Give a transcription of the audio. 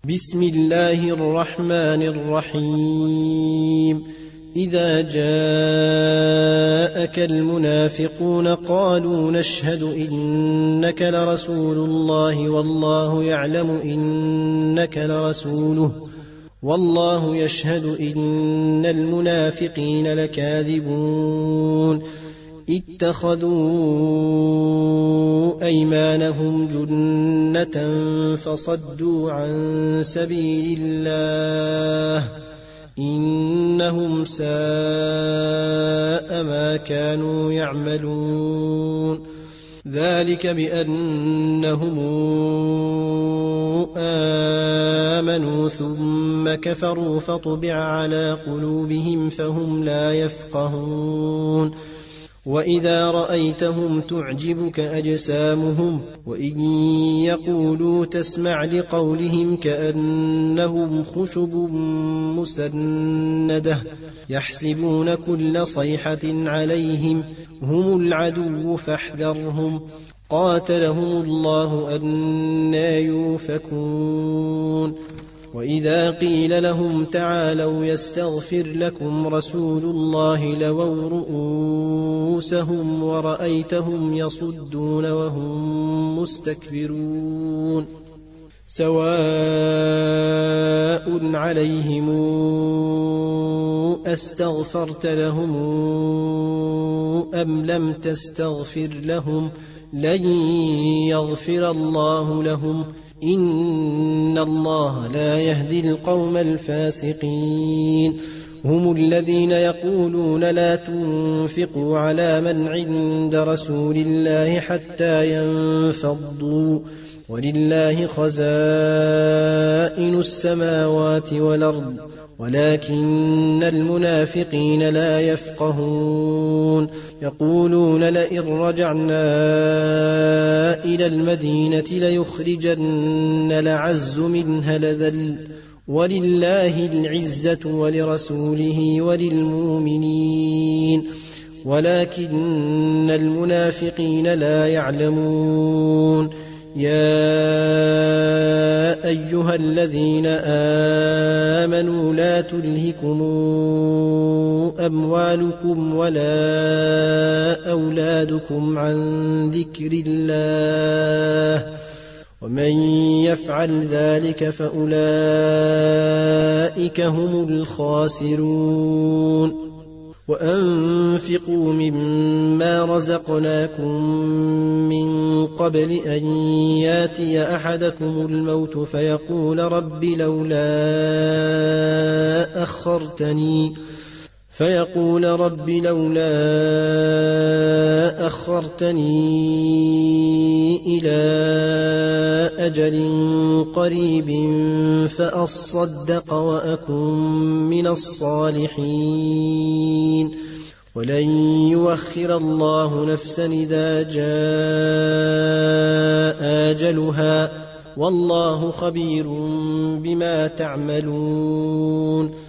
بسم الله الرحمن الرحيم. إذا جاءك المنافقون قالوا نشهد إنك لرسول الله والله يعلم إنك لرسوله والله يشهد إن المنافقين لكاذبون اتخذوا أيمانهم جنة فصدوا عن سبيل الله إنهم ساء ما كانوا يعملون. ذلك بأنهم آمنوا ثم كفروا فطبع على قلوبهم فهم لا يفقهون. وإذا رأيتهم تعجبك أجسامهم وإن يقولوا تسمع لقولهم كأنهم خشب مسندة يحسبون كل صيحة عليهم هم العدو فاحذرهم قاتلهم الله أنى يؤفكون. وإذا قيل لهم تعالوا يستغفر لكم رسول الله لووا رؤوسهم ورأيتهم يصدون وهم مستكبرون. سواء عليهم أستغفرت لهم أم لم تستغفر لهم لن يغفر الله لهم إن الله لا يهدي القوم الفاسقين. هم الذين يقولون لا تنفقوا على من عند رسول الله حتى ينفضوا ولله خزائن السماوات والأرض ولكن المنافقين لا يفقهون. يقولون لئن رجعنا إلى المدينة ليخرجن الأعز منها الأذل ولله العزة ولرسوله وللمؤمنين ولكن المنافقين لا يعلمون. يا أيها الذين آمنوا لا تلهكم أموالكم ولا أولادكم عن ذكر الله ومن يفعل ذلك فأولئك هم الخاسرون. وأنفقوا مما رزقناكم من قبل أن ياتي أحدكم الموت فيقول رب لولا أخرتني إلى أجل قريب فأصدق وأكن من الصالحين ولن يؤخر الله نفسا إذا جاء أجلها والله خبير بما تعملون.